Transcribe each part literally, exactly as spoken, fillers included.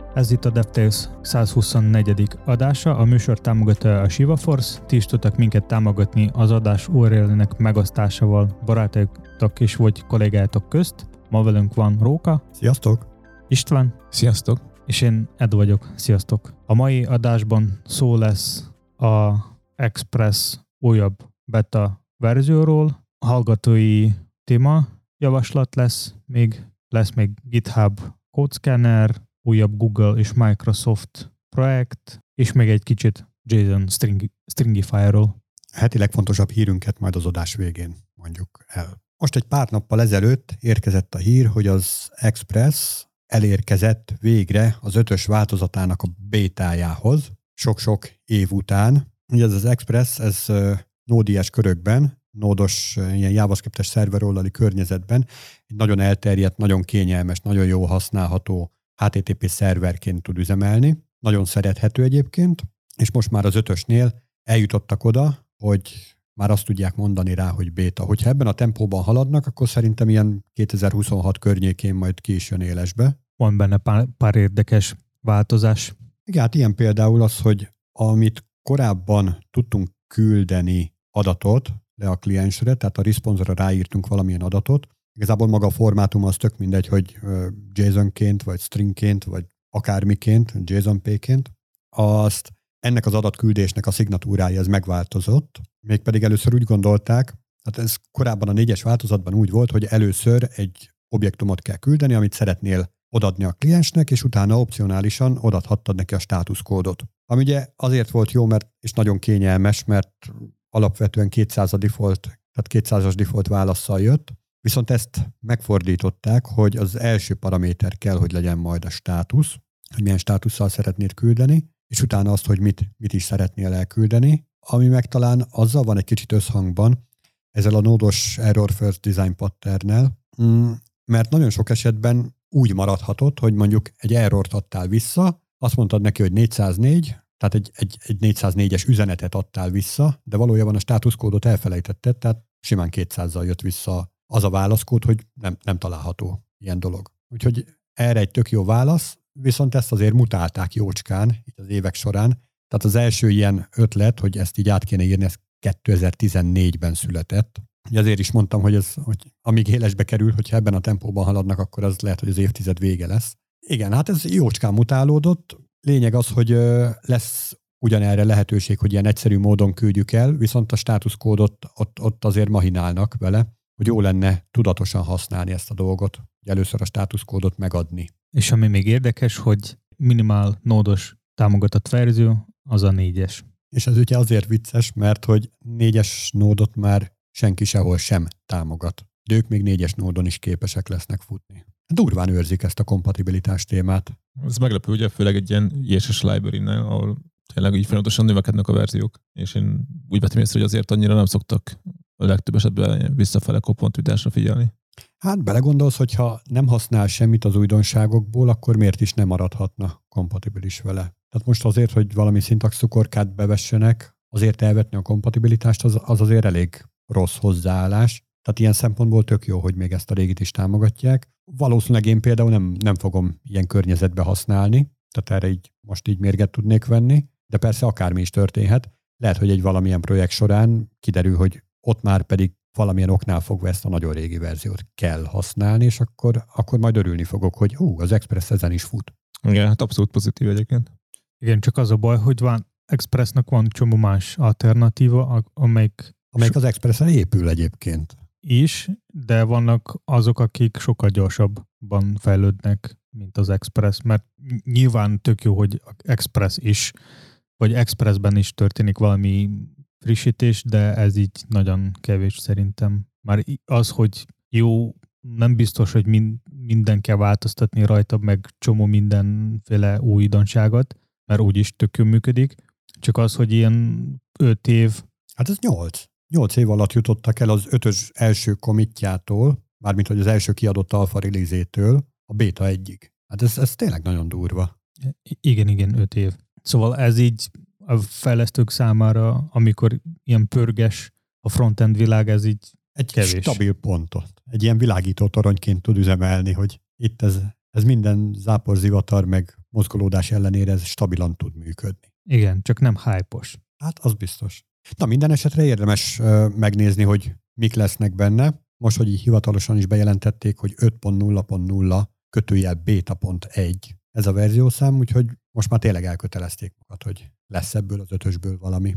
Ez itt a DevTales száz huszonnegyedik adása, a műsor támogatója a ShivaForce, ti is tudtak minket támogatni az adás u er el-nek megosztásával barátaitok és vagy kollégátok közt. Ma velünk van Róka. Sziasztok! István. Sziasztok! És én Ed vagyok. Sziasztok! A mai adásban szó lesz a Express újabb beta verzióról, hallgatói téma javaslat lesz, még lesz még GitHub CodeScanner, újabb Google és Microsoft projekt, és még egy kicsit JSON string, Stringify-ról. Heti legfontosabb hírünket majd az adás végén mondjuk el. Most egy pár nappal ezelőtt érkezett a hír, hogy az Express elérkezett végre az ötös változatának a bétájához, sok-sok év után. Ugye ez az Express, ez Node.js körökben, nódos, ilyen JavaScript-es szerveroldali környezetben egy nagyon elterjedt, nagyon kényelmes, nagyon jó használható há té té pé szerverként tud üzemelni. Nagyon szerethető egyébként, és most már az ötösnél eljutottak oda, hogy már azt tudják mondani rá, hogy béta. Hogyha ebben a tempóban haladnak, akkor szerintem ilyen kétezer-huszonhat környékén majd ki is jön élesbe. Van benne pár, pár érdekes változás. Igen, hát ilyen például az, hogy amit korábban tudtunk küldeni adatot le a kliensre, tehát a response-ra ráírtunk valamilyen adatot, igazából maga a formátum az tök mindegy, hogy JSON-ként, vagy stringként, vagy akármiként, JSON-P-ként, azt ennek az adatküldésnek a szignatúrája ez megváltozott, mégpedig először úgy gondolták, hát ez korábban a négyes változatban úgy volt, hogy először egy objektumot kell küldeni, amit szeretnél odaadni a kliensnek, és utána opcionálisan odaadhattad neki a státuszkódot. Ami ugye azért volt jó, mert és nagyon kényelmes, mert alapvetően kétszáz a default, tehát kétszázas default válasszal jött, viszont ezt megfordították, hogy az első paraméter kell, hogy legyen majd a státusz, hogy milyen státusszal szeretnéd küldeni, és utána azt, hogy mit, mit is szeretnél elküldeni, ami meg talán azzal van egy kicsit összhangban, ezzel a nódos Error First Design patternnel, mert nagyon sok esetben úgy maradhatott, hogy mondjuk egy errort adtál vissza, azt mondtad neki, hogy négyszáznégy, tehát egy, egy, egy négyszáznégyes üzenetet adtál vissza, de valójában a státuszkódot elfelejtetted, tehát simán kétszázzal jött vissza az a válaszkód, hogy nem, nem található ilyen dolog. Úgyhogy erre egy tök jó válasz, viszont ezt azért mutálták jócskán így az évek során. Tehát az első ilyen ötlet, hogy ezt így át kéne írni, ez kétezer-tizennégyben született. Ugye azért is mondtam, hogy, ez, hogy amíg élesbe kerül, hogyha ebben a tempóban haladnak, akkor az lehet, hogy az évtized vége lesz. Igen, hát ez jócskán mutálódott. Lényeg az, hogy lesz ugyanerre lehetőség, hogy ilyen egyszerű módon küldjük el, viszont a státuszkódot ott, ott azért mahinálnak vele, hogy jó lenne tudatosan használni ezt a dolgot, hogy először a státuszkódot megadni. És ami még érdekes, hogy minimál nódos támogatott verzió, az a négyes. És ez ugye azért vicces, mert hogy négyes nódot már senki sehol sem támogat. De ők még négyes nódon is képesek lesznek futni. Durván őrzik ezt a kompatibilitás témát. Ez meglepő, ugye, főleg egy ilyen i es es library-nél, ahol tényleg így folyamatosan növekednek a verziók, és én úgy vettem észre, hogy azért annyira nem szoktak a legtöbb esetben visszafele kompatibilitásra figyelni. Hát belegondolsz, hogyha nem használ semmit az újdonságokból, akkor miért is nem maradhatna kompatibilis vele? Tehát most azért, hogy valami szintaxcukorkát bevessenek, azért elvetni a kompatibilitást, az, az azért elég rossz hozzáállás. Tehát ilyen szempontból tök jó, hogy még ezt a régit is támogatják. Valószínűleg én például nem, nem fogom ilyen környezetbe használni, tehát erre így most így mérget tudnék venni, de persze akármi is történhet. Lehet, hogy egy valamilyen projekt során kiderül, hogy ott már pedig valamilyen oknál fogva ezt a nagyon régi verziót kell használni, és akkor, akkor majd örülni fogok, hogy hú, az Express ezen is fut. Igen, hát abszolút pozitív egyébként. Igen, csak az a baj, hogy van Expressnek van csomó más alternatíva, amelyik... Amelyik az Expressre épül egyébként. Is, de vannak azok, akik sokkal gyorsabban fejlődnek, mint az Express, mert nyilván tök jó, hogy Express is, vagy Expressben is történik valami frissítés, de ez így nagyon kevés szerintem. Már az, hogy jó, nem biztos, hogy minden kell változtatni rajta, meg csomó mindenféle újdonságot, mert úgyis tök jó működik. Csak az, hogy ilyen öt év... Hát ez nyolc. Nyolc év alatt jutottak el az ötös első commitjától, mármint hogy az első kiadott alfa release-től a beta egyig. Hát ez, ez tényleg nagyon durva. Igen, igen, öt év. Szóval ez így a fejlesztők számára, amikor ilyen pörges a frontend világ, ez így egy kevés. Stabil pontot. Egy ilyen világító toronyként tud üzemelni, hogy itt ez, ez minden záporzivatar meg mozgolódás ellenére ez stabilan tud működni. Igen, csak nem hype-os. Hát az biztos. Na minden esetre érdemes uh, megnézni, hogy mik lesznek benne. Most, hogy így hivatalosan is bejelentették, hogy öt pont nulla pont nulla kötőjel beta pont egy ez a verziószám, úgyhogy most már tényleg elkötelezték magukat, hogy lesz ebből az ötösből valami.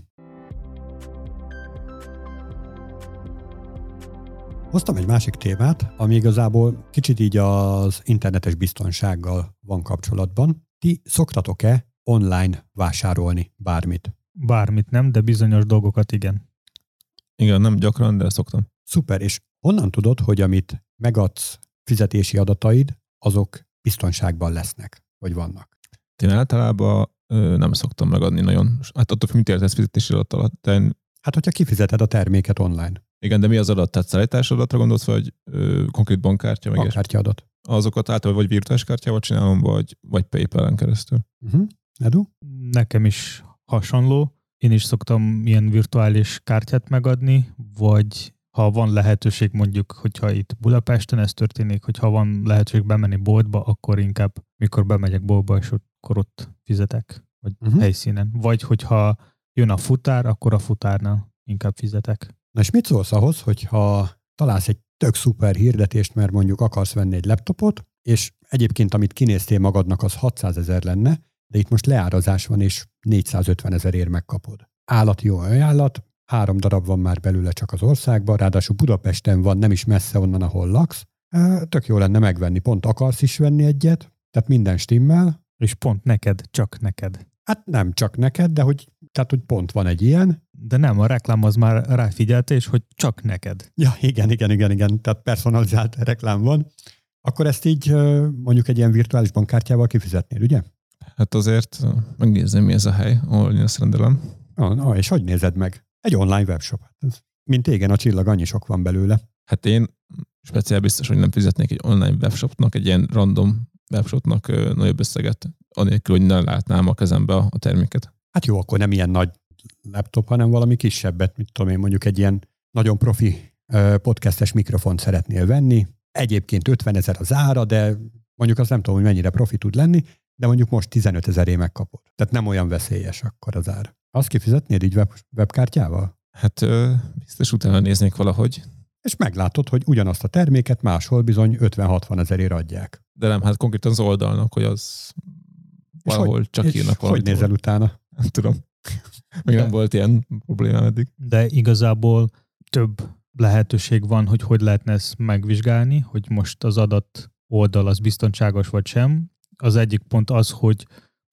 Hoztam egy másik témát, ami igazából kicsit így az internetes biztonsággal van kapcsolatban. Ti szoktatok-e online vásárolni bármit? Bármit nem, de bizonyos dolgokat igen. Igen, nem gyakran, de szoktam. Szuper, és honnan tudod, hogy amit megadsz fizetési adataid, azok biztonságban lesznek, vagy vannak? Én általában ö, nem szoktam megadni nagyon. Hát attól, mit értesz fizetési adat alatt? De én... Hát, hogyha kifizeted a terméket online. Igen, de mi az adat? Tehát szállítási adatra gondolsz, vagy ö, konkrét bankkártya? Meg Bankkártya adat. Azokat általában vagy virtuális kártyával csinálom, vagy, vagy PayPal-en keresztül. Uh-huh. Edu? Nekem is hasonló. Én is szoktam ilyen virtuális kártyát megadni, vagy ha van lehetőség mondjuk, hogyha itt Budapesten ez történik, hogyha van lehetőség bemenni boltba, akkor inkább mikor bemegyek boltba, és akkor ott fizetek, vagy uh-huh. helyszínen. Vagy hogyha jön a futár, akkor a futárnál inkább fizetek. Na és mit szólsz ahhoz, hogyha találsz egy tök szuper hirdetést, mert mondjuk akarsz venni egy laptopot, és egyébként amit kinéztél magadnak, az hatszázezer lenne, de itt most leárazás van, és négyszázötvenezerért megkapod. Állati jó ajánlat, három darab van már belőle csak az országban, ráadásul Budapesten van, nem is messze onnan, ahol laksz. Tök jó lenne megvenni, pont akarsz is venni egyet, tehát minden stimmel. És pont neked, csak neked. Hát nem csak neked, de hogy, tehát, hogy pont van egy ilyen. De nem, a reklám az már ráfigyelte, és hogy csak neked. Ja, igen, igen, igen, igen, tehát personalizált reklám van. Akkor ezt így mondjuk egy ilyen virtuális bankkártyával kifizetnéd, ugye? Hát azért megnézzem, mi ez a hely, ahol én ezt rendelem. Ah, ah, és hogy nézed meg? Egy online webshop. Mint igen, a csillag, annyi sok van belőle. Hát én speciál biztos, hogy nem fizetnék egy online webshopnak, egy ilyen random webshopnak nagyobb összeget, anélkül, hogy ne látnám a kezembe a terméket. Hát jó, akkor nem ilyen nagy laptop, hanem valami kisebbet, mit tudom én, mondjuk egy ilyen nagyon profi podcastes mikrofont szeretnél venni. Egyébként ötvenezer az ára, de mondjuk azt nem tudom, hogy mennyire profi tud lenni, de mondjuk most tizenötezeré megkapod. Tehát nem olyan veszélyes akkor az ár. Azt kifizetnéd így web, webkártyával? Hát ö, biztos utána néznék valahogy. És meglátod, hogy ugyanazt a terméket máshol bizony ötven-hatvan ezerért adják. De nem, hát konkrétan az oldalnak, hogy az valahol hogy, csak írnak valamit. Hogy nézel utána? Nem tudom. Még nem volt ilyen problémám eddig. De igazából több lehetőség van, hogy hogy lehetne ezt megvizsgálni, hogy most az adat oldal az biztonságos vagy sem. Az egyik pont az, hogy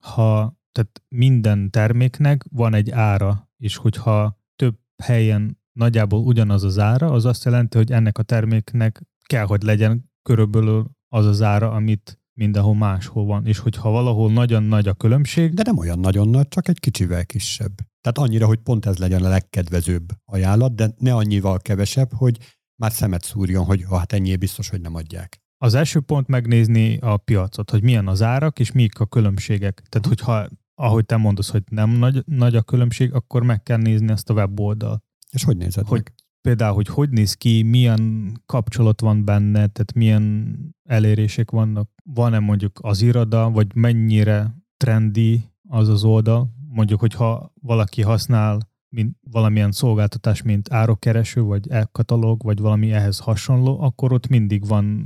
ha tehát minden terméknek van egy ára, és hogyha több helyen nagyjából ugyanaz az ára, az azt jelenti, hogy ennek a terméknek kell, hogy legyen körülbelül az az ára, amit mindenhol máshol van. És hogyha valahol nagyon nagy a különbség... De nem olyan nagyon nagy, csak egy kicsivel kisebb. Tehát annyira, hogy pont ez legyen a legkedvezőbb ajánlat, de ne annyival kevesebb, hogy már szemet szúrjon, hogy hát ennyi biztos, hogy nem adják. Az első pont megnézni a piacot, hogy milyen az árak, és mik a különbségek. Tehát, uh-huh. hogyha, ahogy te mondasz, hogy nem nagy, nagy a különbség, akkor meg kell nézni ezt a weboldalt. És hogy nézed hogy meg? Például, hogy hogy néz ki, milyen kapcsolat van benne, tehát milyen elérések vannak. Van-e mondjuk az iroda, vagy mennyire trendi az az oldal. Mondjuk, hogyha valaki használ mint valamilyen szolgáltatás, mint árokkereső, vagy e-katalóg, vagy valami ehhez hasonló, akkor ott mindig van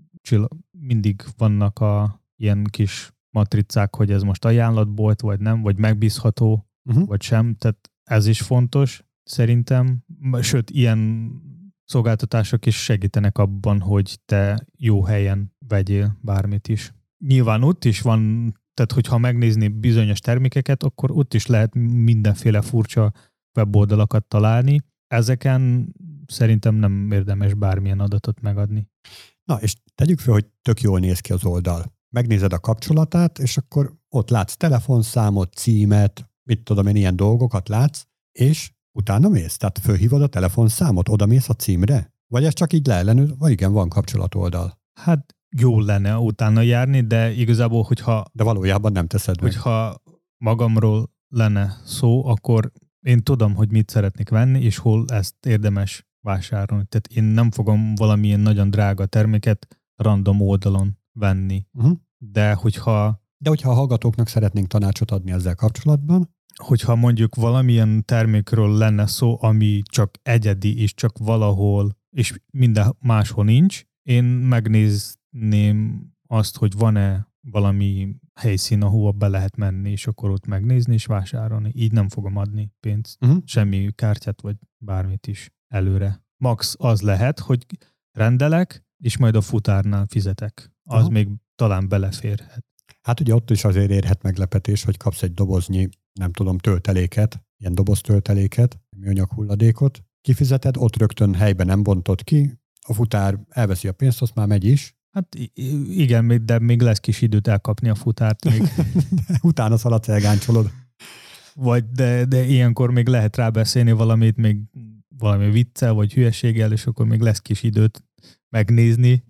mindig vannak a ilyen kis matricák, hogy ez most ajánlatbolt, vagy nem, vagy megbízható, uh-huh. vagy sem. Tehát ez is fontos, szerintem. Sőt, ilyen szolgáltatások is segítenek abban, hogy te jó helyen vegyél bármit is. Nyilván ott is van, tehát hogyha megnézni bizonyos termékeket, akkor ott is lehet mindenféle furcsa weboldalakat találni. Ezeken szerintem nem érdemes bármilyen adatot megadni. Na, és tegyük fel, hogy tök jól néz ki az oldal. Megnézed a kapcsolatát, és akkor ott látsz telefonszámot, címet, mit tudom én, ilyen dolgokat látsz, és utána mész. Tehát fölhívod a telefonszámot, oda mész a címre? Vagy ez csak így leellenőr, vagy igen, van kapcsolatoldal? Hát jó lenne utána járni, de igazából, hogyha... De valójában nem teszed meg. Hogyha magamról lenne szó, akkor én tudom, hogy mit szeretnék venni, és hol ezt érdemes vásárolni. Tehát én nem fogom valamilyen nagyon drága terméket random oldalon venni. Uh-huh. De hogyha... De hogyha a hallgatóknak szeretnénk tanácsot adni ezzel kapcsolatban, hogyha mondjuk valamilyen termékről lenne szó, ami csak egyedi, és csak valahol, és minden máshol nincs, én megnézném azt, hogy van-e valami helyszín, ahova be lehet menni, és akkor ott megnézni és vásárolni. Így nem fogom adni pénzt, uh-huh. semmi kártyát, vagy bármit is előre. Max az lehet, hogy rendelek, és majd a futárnál fizetek. Az uh-huh. még talán beleférhet. Hát ugye ott is azért érhet meglepetés, hogy kapsz egy doboznyi, nem tudom, tölteléket, ilyen doboz tölteléket, műanyag hulladékot, kifizeted, ott rögtön helyben nem bontod ki, a futár elveszi a pénzt, azt már megy is. Hát igen, de még lesz kis időt elkapni a futárt. Még. Utána szaladsz, elgáncsolod. Vagy, de, de ilyenkor még lehet rábeszélni valamit, még valami viccel, vagy hülyeséggel, és akkor még lesz kis időt megnézni.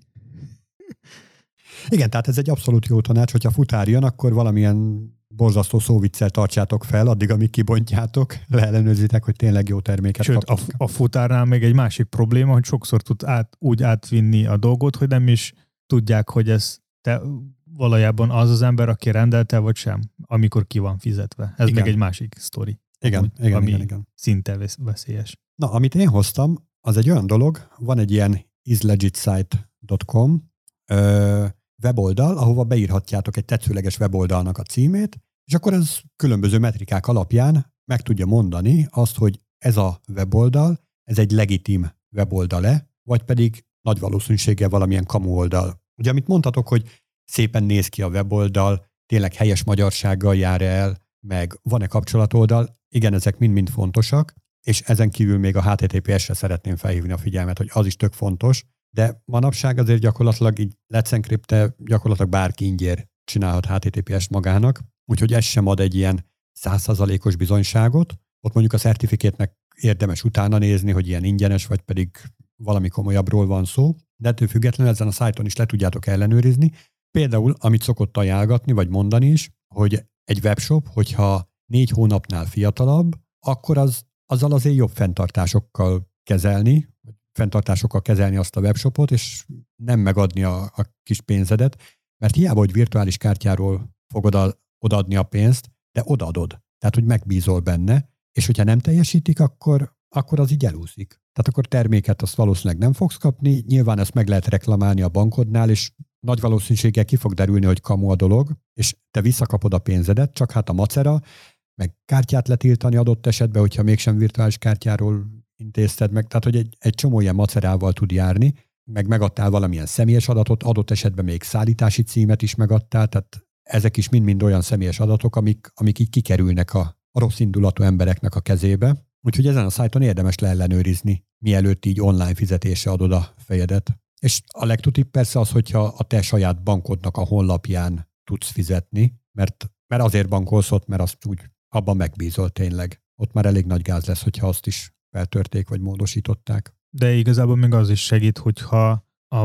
Igen, tehát ez egy abszolút jó tanács, hogyha futár jön, akkor valamilyen borzasztó szóviccel tartsátok fel, addig, amíg kibontjátok, leellenőrzitek, hogy tényleg jó terméket Sőt, kaptok. Sőt, a, a futárnál még egy másik probléma, hogy sokszor tud át, úgy átvinni a dolgot, hogy nem is tudják, hogy ez te valójában az az ember, aki rendelte, vagy sem, amikor ki van fizetve. Ez igen. Még egy másik sztori. Igen, úgy, igen, ami igen, igen. szinte veszélyes. Na, amit én hoztam, az egy olyan dolog, van egy ilyen islegitsite dot com ö, weboldal, ahova beírhatjátok egy tetszőleges weboldalnak a címét, és akkor ez különböző metrikák alapján meg tudja mondani azt, hogy ez a weboldal, ez egy legitim weboldal-e, vagy pedig nagy valószínűséggel valamilyen kamu oldal. Ugye, amit mondhatok, hogy szépen néz ki a weboldal, tényleg helyes magyarsággal jár el, meg van-e kapcsolatoldal, igen, ezek mind-mind fontosak, és ezen kívül még a há té té pé es-re szeretném felhívni a figyelmet, hogy az is tök fontos, de manapság azért gyakorlatilag így Let's Encrypt-te gyakorlatilag bárki ingyen csinálhat há té té pé es-t magának, úgyhogy ez sem ad egy ilyen száz százalékos bizonyságot. Ott mondjuk a certifikétnek érdemes utána nézni, hogy ilyen ingyenes, vagy pedig valami komolyabbról van szó, de ettől függetlenül ezen a szájton is le tudjátok ellenőrizni. Például, amit szokott ajánlgatni, vagy mondani is, hogy egy webshop, hogyha négy hónapnál fiatalabb, akkor az, azzal azért jobb fenntartásokkal kezelni, fenntartásokkal kezelni azt a webshopot, és nem megadni a, a kis pénzedet, mert hiába, hogy virtuális kártyáról fogod a, odaadni a pénzt, de odaadod. Tehát, hogy megbízol benne, és hogyha nem teljesítik, akkor, akkor az így elúszik. Tehát akkor terméket azt valószínűleg nem fogsz kapni, nyilván ezt meg lehet reklamálni a bankodnál, és nagy valószínűséggel ki fog derülni, hogy kamu a dolog, és te visszakapod a pénzedet, csak hát a macera, meg kártyát letiltani adott esetben, hogyha mégsem virtuális kártyáról intézted meg, tehát hogy egy, egy csomó ilyen macerával tud járni, meg megadtál valamilyen személyes adatot, adott esetben még szállítási címet is megadtál, tehát ezek is mind-mind olyan személyes adatok, amik, amik így kikerülnek a, a rossz indulatú embereknek a kezébe. Úgyhogy ezen a szájton érdemes leellenőrizni, mielőtt így online fizetésre adod a fejedet. És a legtutibb persze az, hogyha a te saját bankodnak a honlapján tudsz fizetni, mert, mert azért bankolsz ott, mert azt úgy abban megbízol tényleg. Ott már elég nagy gáz lesz, hogyha azt is feltörték, vagy módosították. De igazából még az is segít, hogyha a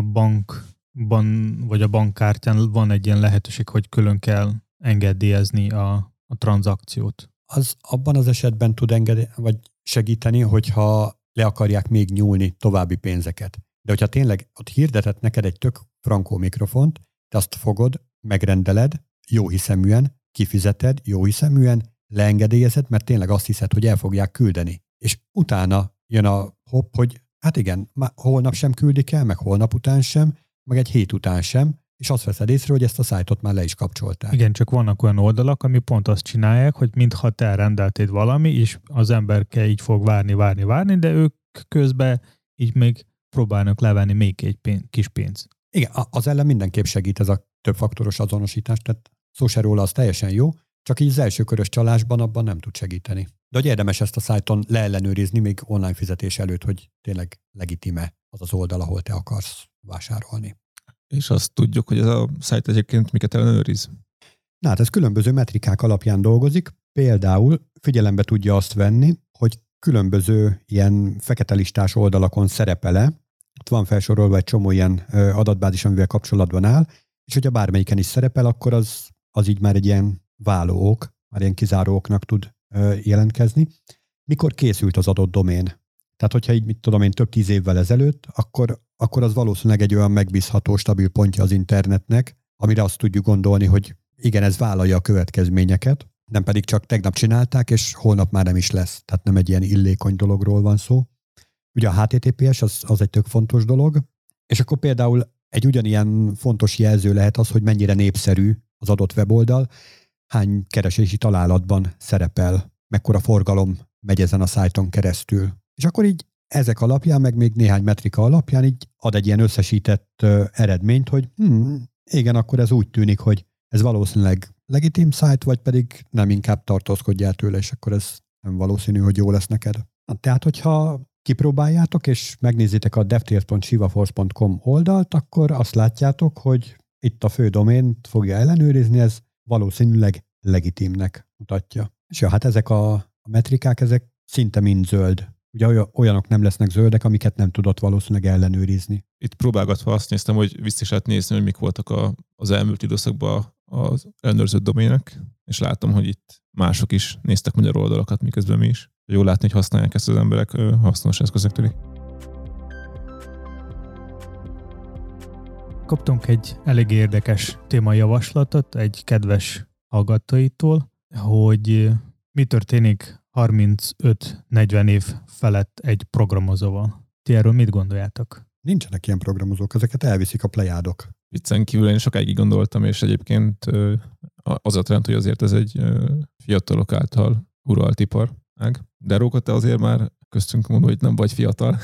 bankban, vagy a bankkártyán van egy ilyen lehetőség, hogy külön kell engedélyezni a, a tranzakciót. Az abban az esetben tud engedély, vagy segíteni, hogyha le akarják még nyúlni további pénzeket. De hogyha tényleg ott hirdetett neked egy tök frankó mikrofont, te azt fogod, megrendeled, jó hiszeműen, kifizeted, jó hiszeműen, leengedélyezed, mert tényleg azt hiszed, hogy el fogják küldeni. És utána jön a hopp, hogy hát igen, holnap sem küldik el, meg holnap után sem, meg egy hét után sem, és azt veszed észre, hogy ezt a szájtot már le is kapcsolták. Igen, csak vannak olyan oldalak, ami pont azt csinálják, hogy mintha te rendeltéd valami, és az emberke így fog várni, várni, várni, de ők közben így még próbálnak levenni még egy pénz, kis pénz. Igen, az ellen mindenképp segít ez a többfaktoros azonosítás, tehát szó se róla, az teljesen jó, csak így az első körös csalásban abban nem tud segíteni. De hogy érdemes ezt a szájton leellenőrizni még online fizetés előtt, hogy tényleg legitime az az oldal, ahol te akarsz vásárolni. És azt tudjuk, hogy ez a szájt egyébként miket ellenőriz? Na hát ez különböző metrikák alapján dolgozik. Például figyelembe tudja azt venni, hogy különböző ilyen fekete listás oldalakon szerepele, ott van felsorolva egy csomó ilyen adatbázis, amivel kapcsolatban áll, és hogyha bármelyiken is szerepel, akkor az, az így már egy ilyen válóok, már ilyen kizáróknak tud jelentkezni. Mikor készült az adott domén? Tehát, hogyha így, mit tudom én, több tíz évvel ezelőtt, akkor, akkor az valószínűleg egy olyan megbízható, stabil pontja az internetnek, amire azt tudjuk gondolni, hogy igen, ez vállalja a következményeket, nem pedig csak tegnap csinálták, és holnap már nem is lesz. Tehát nem egy ilyen illékony dologról van szó. Ugye a há té té pé es az, az egy tök fontos dolog, és akkor például egy ugyanilyen fontos jelző lehet az, hogy mennyire népszerű az adott weboldal, hány keresési találatban szerepel, mekkora forgalom megy ezen a szájton keresztül. És akkor így ezek alapján, meg még néhány metrika alapján így ad egy ilyen összesített uh, eredményt, hogy hm, igen, akkor ez úgy tűnik, hogy ez valószínűleg legitim szájt, vagy pedig nem, inkább tartózkodjál tőle, és akkor ez nem valószínű, hogy jó lesz neked. Na, tehát, hogyha kipróbáljátok, és megnézitek a devtales pont shivaforce pont com oldalt, akkor azt látjátok, hogy itt a fő domént fogja ellenőrizni, ez valószínűleg legitimnek mutatja. És ja, hát ezek a metrikák, ezek szinte mind zöld. Ugye olyanok nem lesznek zöldek, amiket nem tudott valószínűleg ellenőrizni. Itt próbálgatva azt néztem, hogy vissza is lehet nézni, hogy mik voltak a, az elmúlt időszakban az ellenőrzött domének, és látom, hogy itt mások is néztek magyar oldalakat, miközben mi is. Jól látni, hogy használják ezt az emberek hasznos eszközök tűnik. Kaptunk egy elég érdekes témajavaslatot egy kedves hallgatóitól, hogy mi történik harmincöt-negyven év felett egy programozóval. Ti erről mit gondoljátok? Nincsenek ilyen programozók, ezeket elviszik a plejádok. Viccen kívül én sokáig gondoltam, és egyébként az a trend, hogy azért ez egy fiatalok által uralt iparág. De Róka, te azért már köztünk mondom, hogy nem vagy fiatal.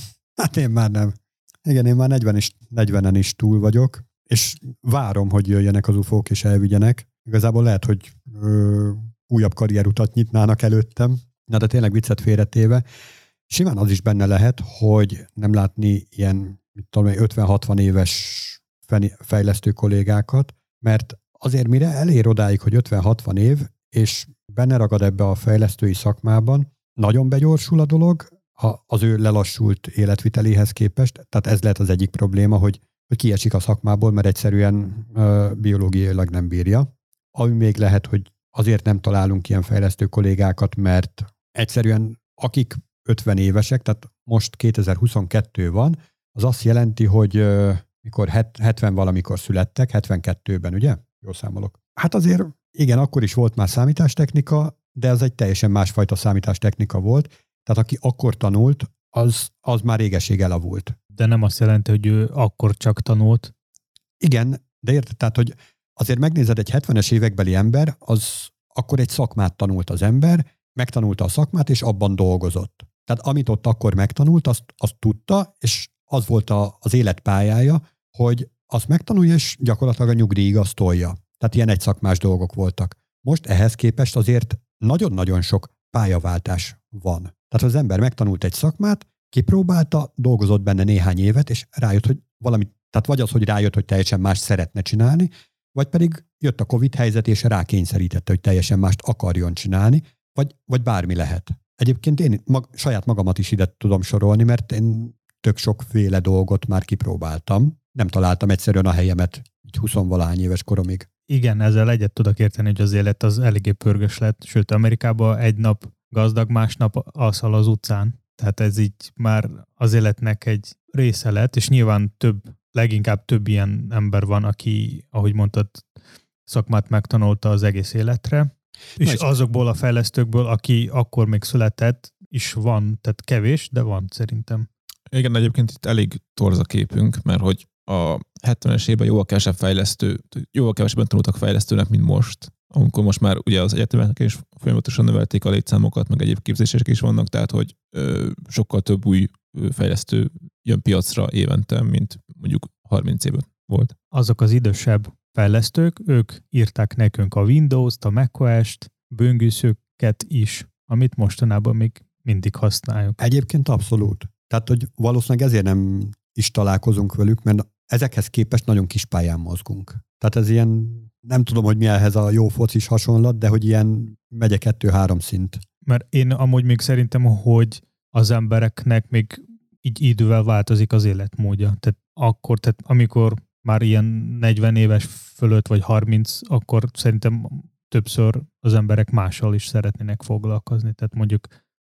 Hát én már nem. Igen, én már negyven is, negyvenen is túl vagyok, és várom, hogy jöjjenek az ufók és elvigyenek. Igazából lehet, hogy ö, újabb karrierutat nyitnának előttem. Na, de tényleg viccet félretéve. Simán az is benne lehet, hogy nem látni ilyen, mit tudom, ötven-hatvan éves fejlesztő kollégákat, mert azért mire elér odáig, hogy ötven-hatvan év, és benne ragad ebbe a fejlesztői szakmában, nagyon begyorsul a dolog, ha az ő lelassult életviteléhez képest, tehát ez lehet az egyik probléma, hogy, hogy kiesik a szakmából, mert egyszerűen uh, biológiailag nem bírja. Ami még lehet, hogy azért nem találunk ilyen fejlesztő kollégákat, mert egyszerűen akik ötven évesek, tehát most kétezer-huszonkettő van, az azt jelenti, hogy uh, mikor hetven valamikor születtek, hetvenkettőben, ugye? Jól számolok. Hát azért igen, akkor is volt már számítástechnika, de ez egy teljesen másfajta számítástechnika volt. Tehát aki akkor tanult, az, az már régeség elavult. De nem azt jelenti, hogy ő akkor csak tanult. Igen, de érted, tehát, hogy azért megnézed egy hetvenes évekbeli ember, az akkor egy szakmát tanult az ember, megtanulta a szakmát, és abban dolgozott. Tehát amit ott akkor megtanult, azt, azt tudta, és az volt a, az életpályája, hogy azt megtanulja, és gyakorlatilag a nyugdíjig azt tolja. Tehát ilyen egyszakmás dolgok voltak. Most ehhez képest azért nagyon-nagyon sok pályaváltás van. Tehát az ember megtanult egy szakmát, kipróbálta, dolgozott benne néhány évet, és rájött, hogy valami, tehát vagy az, hogy rájött, hogy teljesen más szeretne csinálni, vagy pedig jött a Covid helyzet, és rákényszerítette, hogy teljesen mást akarjon csinálni, vagy, vagy bármi lehet. Egyébként én mag, saját magamat is ide tudom sorolni, mert én tök sokféle dolgot már kipróbáltam. Nem találtam egyszerűen a helyemet így huszonvalahány éves koromig. Igen, ezzel egyet tudok érteni, hogy az élet az eléggé pörgős lett, sőt Amerikában egy nap gazdag, másnap alszol az utcán. Tehát ez így már az életnek egy része lett, és nyilván több, leginkább több ilyen ember van, aki, ahogy mondtad, szakmát megtanulta az egész életre. És, és azokból a fejlesztőkből, aki akkor még született, is van, tehát kevés, de van szerintem. Igen, egyébként itt elég torz a képünk, mert hogy a hetvenes évben jóval kevesebb fejlesztő, jóval kevesebben tanultak fejlesztőnek, mint most. Amikor most már ugye az egyetemeknek is folyamatosan növelték a létszámokat, meg egyéb képzések is vannak, tehát hogy ö, sokkal több új fejlesztő jön piacra évente, mint mondjuk harminc éve volt. Azok az idősebb fejlesztők, ők írták nekünk a Windows-t, a macOS-t, böngészőket is, amit mostanában még mindig használjuk. Egyébként abszolút. Tehát, hogy valószínűleg ezért nem is találkozunk velük, mert ezekhez képest nagyon kis pályán mozgunk. Tehát ez ilyen, nem tudom, hogy mi ehhez a jó focis hasonlat, de hogy ilyen megye kettő-három szint. Mert én amúgy még szerintem, hogy az embereknek még így idővel változik az életmódja. Tehát akkor, tehát amikor már ilyen negyven éves fölött, vagy harminc, akkor szerintem többször az emberek mással is szeretnének foglalkozni. Tehát mondjuk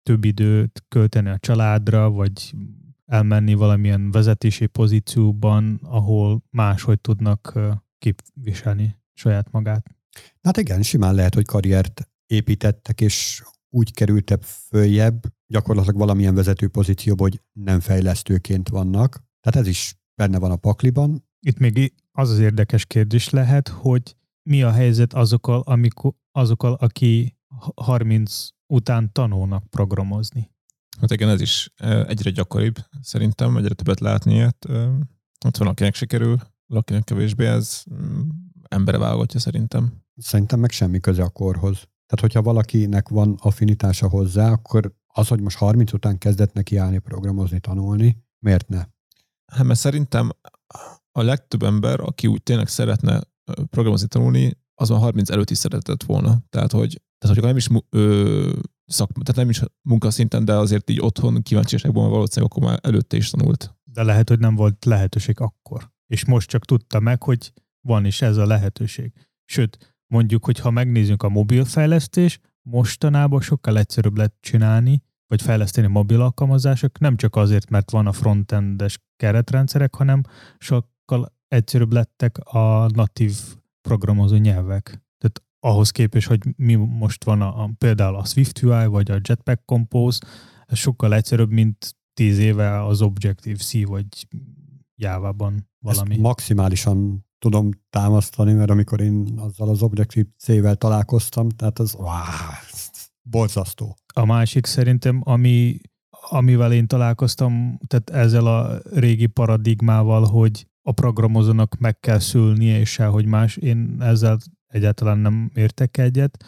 több időt költeni a családra, vagy elmenni valamilyen vezetési pozícióban, ahol máshogy tudnak képviselni saját magát. Hát igen, simán lehet, hogy karriert építettek, és úgy kerültek följebb, gyakorlatilag valamilyen vezető pozícióban, hogy nem fejlesztőként vannak. Tehát ez is benne van a pakliban. Itt még az az érdekes kérdés lehet, hogy mi a helyzet azokkal, amikor, azokkal, aki harminc után tanulnak programozni. Hát igen, ez is egyre gyakoribb szerintem, egyre többet látni ilyet. Ott van, akinek sikerül, akinek kevésbé, ez embere válogatja szerintem. Szerintem meg semmi köze a korhoz. Tehát, hogyha valakinek van affinitása hozzá, akkor az, hogy most harminc után kezdett neki állni, programozni, tanulni, miért ne? Hát mert szerintem a legtöbb ember, aki úgy tényleg szeretne programozni, tanulni, az már harminc előtt is szeretett volna. Tehát, hogy, tehát, hogy nem is ö, szak, tehát nem is munkaszinten, de azért így otthon kíváncsiságban valószínűleg akkor már előtte is tanult. De lehet, hogy nem volt lehetőség akkor. És most csak tudta meg, hogy van is ez a lehetőség. Sőt, mondjuk, hogy ha megnézzük a mobilfejlesztés, mostanában sokkal egyszerűbb lett csinálni, vagy fejleszteni mobil alkalmazások, nem csak azért, mert van a frontendes keretrendszerek, hanem sokkal egyszerűbb lettek a natív programozó nyelvek. Tehát ahhoz képest, hogy mi most van a, a, például a SwiftUI, vagy a Jetpack Compose, ez sokkal egyszerűbb, mint tíz éve az Objective-C, vagy Java-ban valami. Ezt maximálisan tudom támasztani, mert amikor én azzal az Objective-C-vel találkoztam, tehát az wow, borzasztó. A másik szerintem, ami, amivel én találkoztam, tehát ezzel a régi paradigmával, hogy a programozónak meg kell szülnie, és sehogy más, én ezzel egyáltalán nem értek egyet,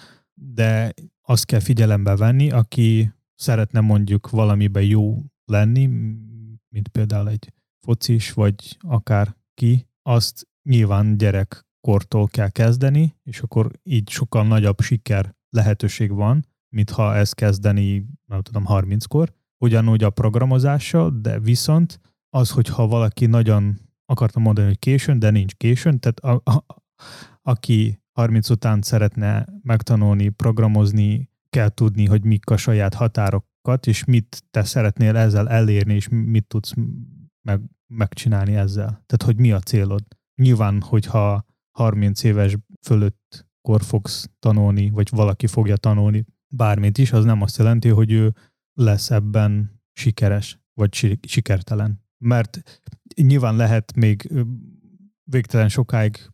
de azt kell figyelembe venni, aki szeretne mondjuk valamiben jó lenni, mint például egy focis, vagy akár ki, azt nyilván gyerekkortól kell kezdeni, és akkor így sokkal nagyobb siker lehetőség van, mint ha ezt kezdeni, nem tudom, harminckor. Ugyanúgy a programozással, de viszont az, hogyha valaki nagyon, akartam mondani, hogy későn, de nincs későn, tehát a, a, aki harminc után szeretne megtanulni, programozni, kell tudni, hogy mik a saját határokat, és mit te szeretnél ezzel elérni, és mit tudsz meg, megcsinálni ezzel. Tehát, hogy mi a célod. Nyilván, hogyha harminc éves fölött kor fogsz tanulni, vagy valaki fogja tanulni bármit is, az nem azt jelenti, hogy ő lesz ebben sikeres, vagy sikertelen. Mert nyilván lehet még végtelen sokáig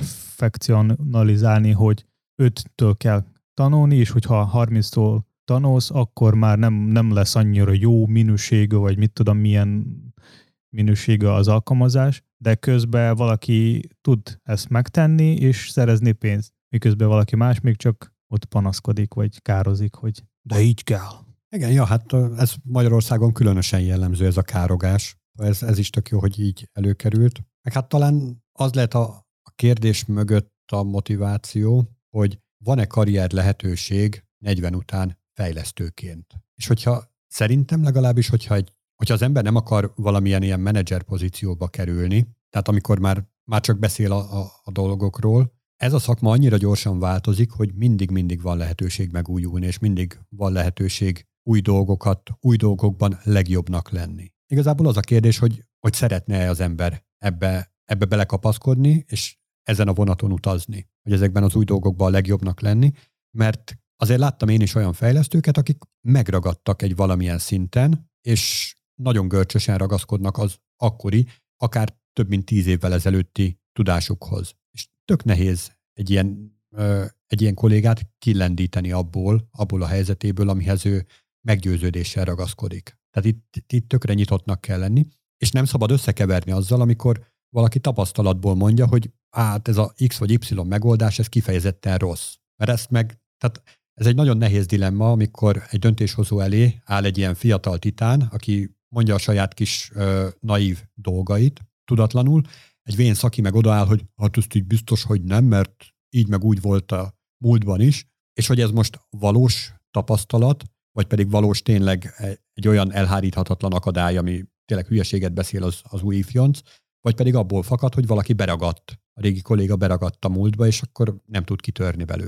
perfekcionalizálni, hogy öttől kell tanulni, és hogyha harminctól tanulsz, akkor már nem, nem lesz annyira jó minőségű, vagy mit tudom, milyen minőségű az alkalmazás, de közben valaki tud ezt megtenni, és szerezni pénzt. Miközben valaki más még csak ott panaszkodik, vagy kározik, hogy de így kell. Igen, ja, hát ez Magyarországon különösen jellemző, ez a károgás. Ez, ez is tök jó, hogy így előkerült. Meg hát talán az lehet a, a kérdés mögött a motiváció, hogy van-e karrier lehetőség negyven után fejlesztőként. És hogyha szerintem legalábbis, hogyha, egy, hogyha az ember nem akar valamilyen ilyen menedzser pozícióba kerülni, tehát amikor már, már csak beszél a, a, a dolgokról, ez a szakma annyira gyorsan változik, hogy mindig-mindig van lehetőség megújulni, és mindig van lehetőség új dolgokat, új dolgokban legjobbnak lenni. Igazából az a kérdés, hogy, hogy szeretne az ember ebbe, ebbe belekapaszkodni, és ezen a vonaton utazni, hogy ezekben az új dolgokban a legjobbnak lenni, mert azért láttam én is olyan fejlesztőket, akik megragadtak egy valamilyen szinten, és nagyon görcsösen ragaszkodnak az akkori, akár több mint tíz évvel ezelőtti tudásukhoz. És tök nehéz egy ilyen, ö, egy ilyen kollégát kilendíteni abból, abból a helyzetéből, amihez ő meggyőződéssel ragaszkodik. Tehát itt, itt tökre nyitottnak kell lenni, és nem szabad összekeverni azzal, amikor valaki tapasztalatból mondja, hogy hát ez a X vagy Y megoldás, ez kifejezetten rossz. Mert ezt meg, tehát ez egy nagyon nehéz dilemma, amikor egy döntéshozó elé áll egy ilyen fiatal titán, aki mondja a saját kis ö, naív dolgait tudatlanul, egy vén szaki meg odaáll, hogy hát ezt így biztos, hogy nem, mert így meg úgy volt a múltban is, és hogy ez most valós tapasztalat, vagy pedig valós tényleg egy olyan elháríthatatlan akadály, ami tényleg hülyeséget beszél az, az új ifjonc, vagy pedig abból fakad, hogy valaki beragadt, a régi kolléga beragadt a múltba, és akkor nem tud kitörni belőle.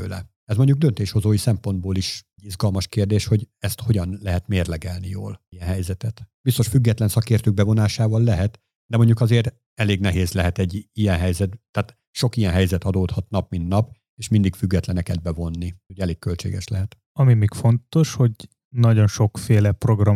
Ez mondjuk döntéshozói szempontból is izgalmas kérdés, hogy ezt hogyan lehet mérlegelni jól, ilyen helyzetet. Biztos független szakértők bevonásával lehet, de mondjuk azért elég nehéz lehet egy ilyen helyzet, tehát sok ilyen helyzet adódhat nap, mint nap, és mindig függetleneket bevonni, hogy elég költséges lehet. Ami még fontos, hogy nagyon sokféle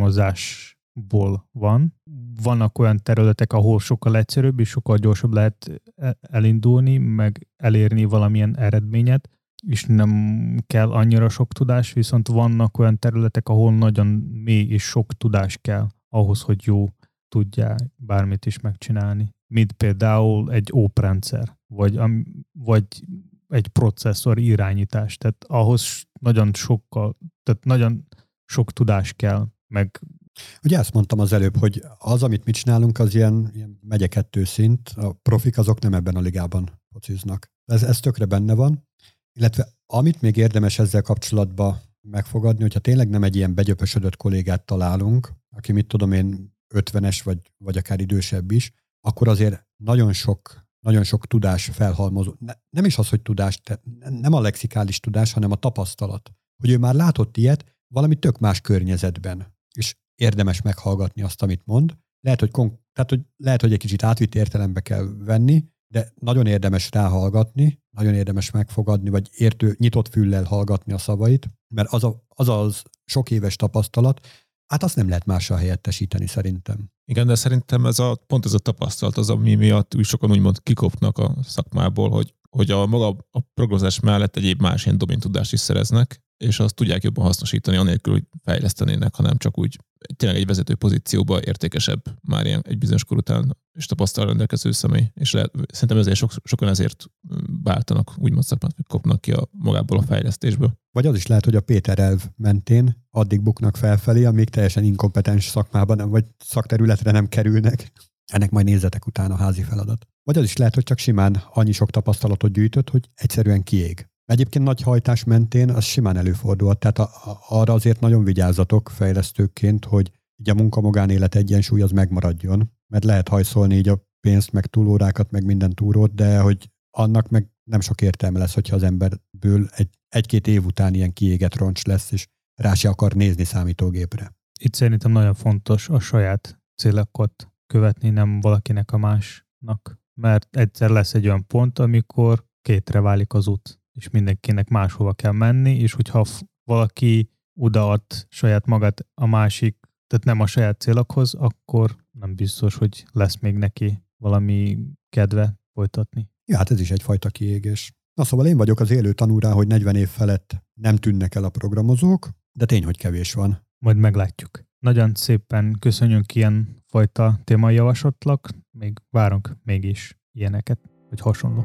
programozásból van. Vannak olyan területek, ahol sokkal egyszerűbb és sokkal gyorsabb lehet elindulni, meg elérni valamilyen eredményet, és nem kell annyira sok tudás, viszont vannak olyan területek, ahol nagyon mély és sok tudás kell ahhoz, hogy jó tudja bármit is megcsinálni. Mint például egy óprendszer, vagy, vagy egy processzor irányítás. Tehát ahhoz nagyon sokkal, tehát nagyon sok tudás kell, meg... Ugye ezt mondtam az előbb, hogy az, amit mi csinálunk, az ilyen, ilyen megye kettő szint, a profik azok nem ebben a ligában fociznak. Ez, ez tökre benne van, illetve amit még érdemes ezzel kapcsolatban megfogadni, hogyha tényleg nem egy ilyen begyöpösödött kollégát találunk, aki mit tudom én ötvenes vagy, vagy akár idősebb is, akkor azért nagyon sok, nagyon sok tudás felhalmozó. Ne, nem is az, hogy tudás, nem a lexikális tudás, hanem a tapasztalat. Hogy ő már látott ilyet valami tök más környezetben, és érdemes meghallgatni azt, amit mond. Lehet, hogy, kon- tehát, hogy, lehet, hogy egy kicsit átvitt értelembe kell venni, de nagyon érdemes ráhallgatni, nagyon érdemes megfogadni, vagy értő, nyitott füllel hallgatni a szavait, mert az a, az, az sok éves tapasztalat, hát azt nem lehet mással helyettesíteni szerintem. Igen, de szerintem ez a, pont ez a tapasztalat az, ami miatt úgy sokan úgymond kikopnak a szakmából, hogy, hogy a maga a programozás mellett egyéb más ilyen doméntudást is szereznek, és azt tudják jobban hasznosítani, anélkül, hogy fejlesztenének, hanem csak úgy tényleg egy vezető pozícióba értékesebb már ilyen egy bizonyos kor után és tapasztal rendelkező személy. És lehet, szerintem ezért sok, sokan ezért váltanak, úgymond szakmát, hogy kopnak ki a, magából a fejlesztésből. Vagy az is lehet, hogy a Péter elv mentén addig buknak felfelé, amíg teljesen inkompetens szakmában vagy szakterületre nem kerülnek. Ennek majd nézzetek utána a házi feladat. Vagy az is lehet, hogy csak simán annyi sok tapasztalatot gyűjtött, hogy egyszerűen kiég. Egyébként nagy hajtás mentén az simán előfordulhat, tehát a, a, arra azért nagyon vigyázzatok fejlesztőként, hogy így a munka-magánélet egyensúly az megmaradjon, mert lehet hajszolni így a pénzt, meg túlórákat, meg minden túrót, de hogy annak meg nem sok értelme lesz, hogyha az emberből egy, egy-két év után ilyen kiégett roncs lesz, és rá se akar nézni számítógépre. Itt szerintem nagyon fontos a saját célokat követni, nem valakinek a másnak, mert egyszer lesz egy olyan pont, amikor kétre válik az út, és mindenkinek máshova kell menni, és hogyha valaki odaad saját magát a másik, tehát nem a saját célokhoz, akkor nem biztos, hogy lesz még neki valami kedve folytatni. Ja, hát ez is egyfajta kiégés. Na szóval én vagyok az élő tanú rá, hogy negyven év felett nem tűnnek el a programozók, de tény, hogy kevés van. Majd meglátjuk. Nagyon szépen köszönjük ilyen fajta témai javaslatlak, még várunk mégis ilyeneket, vagy hasonló.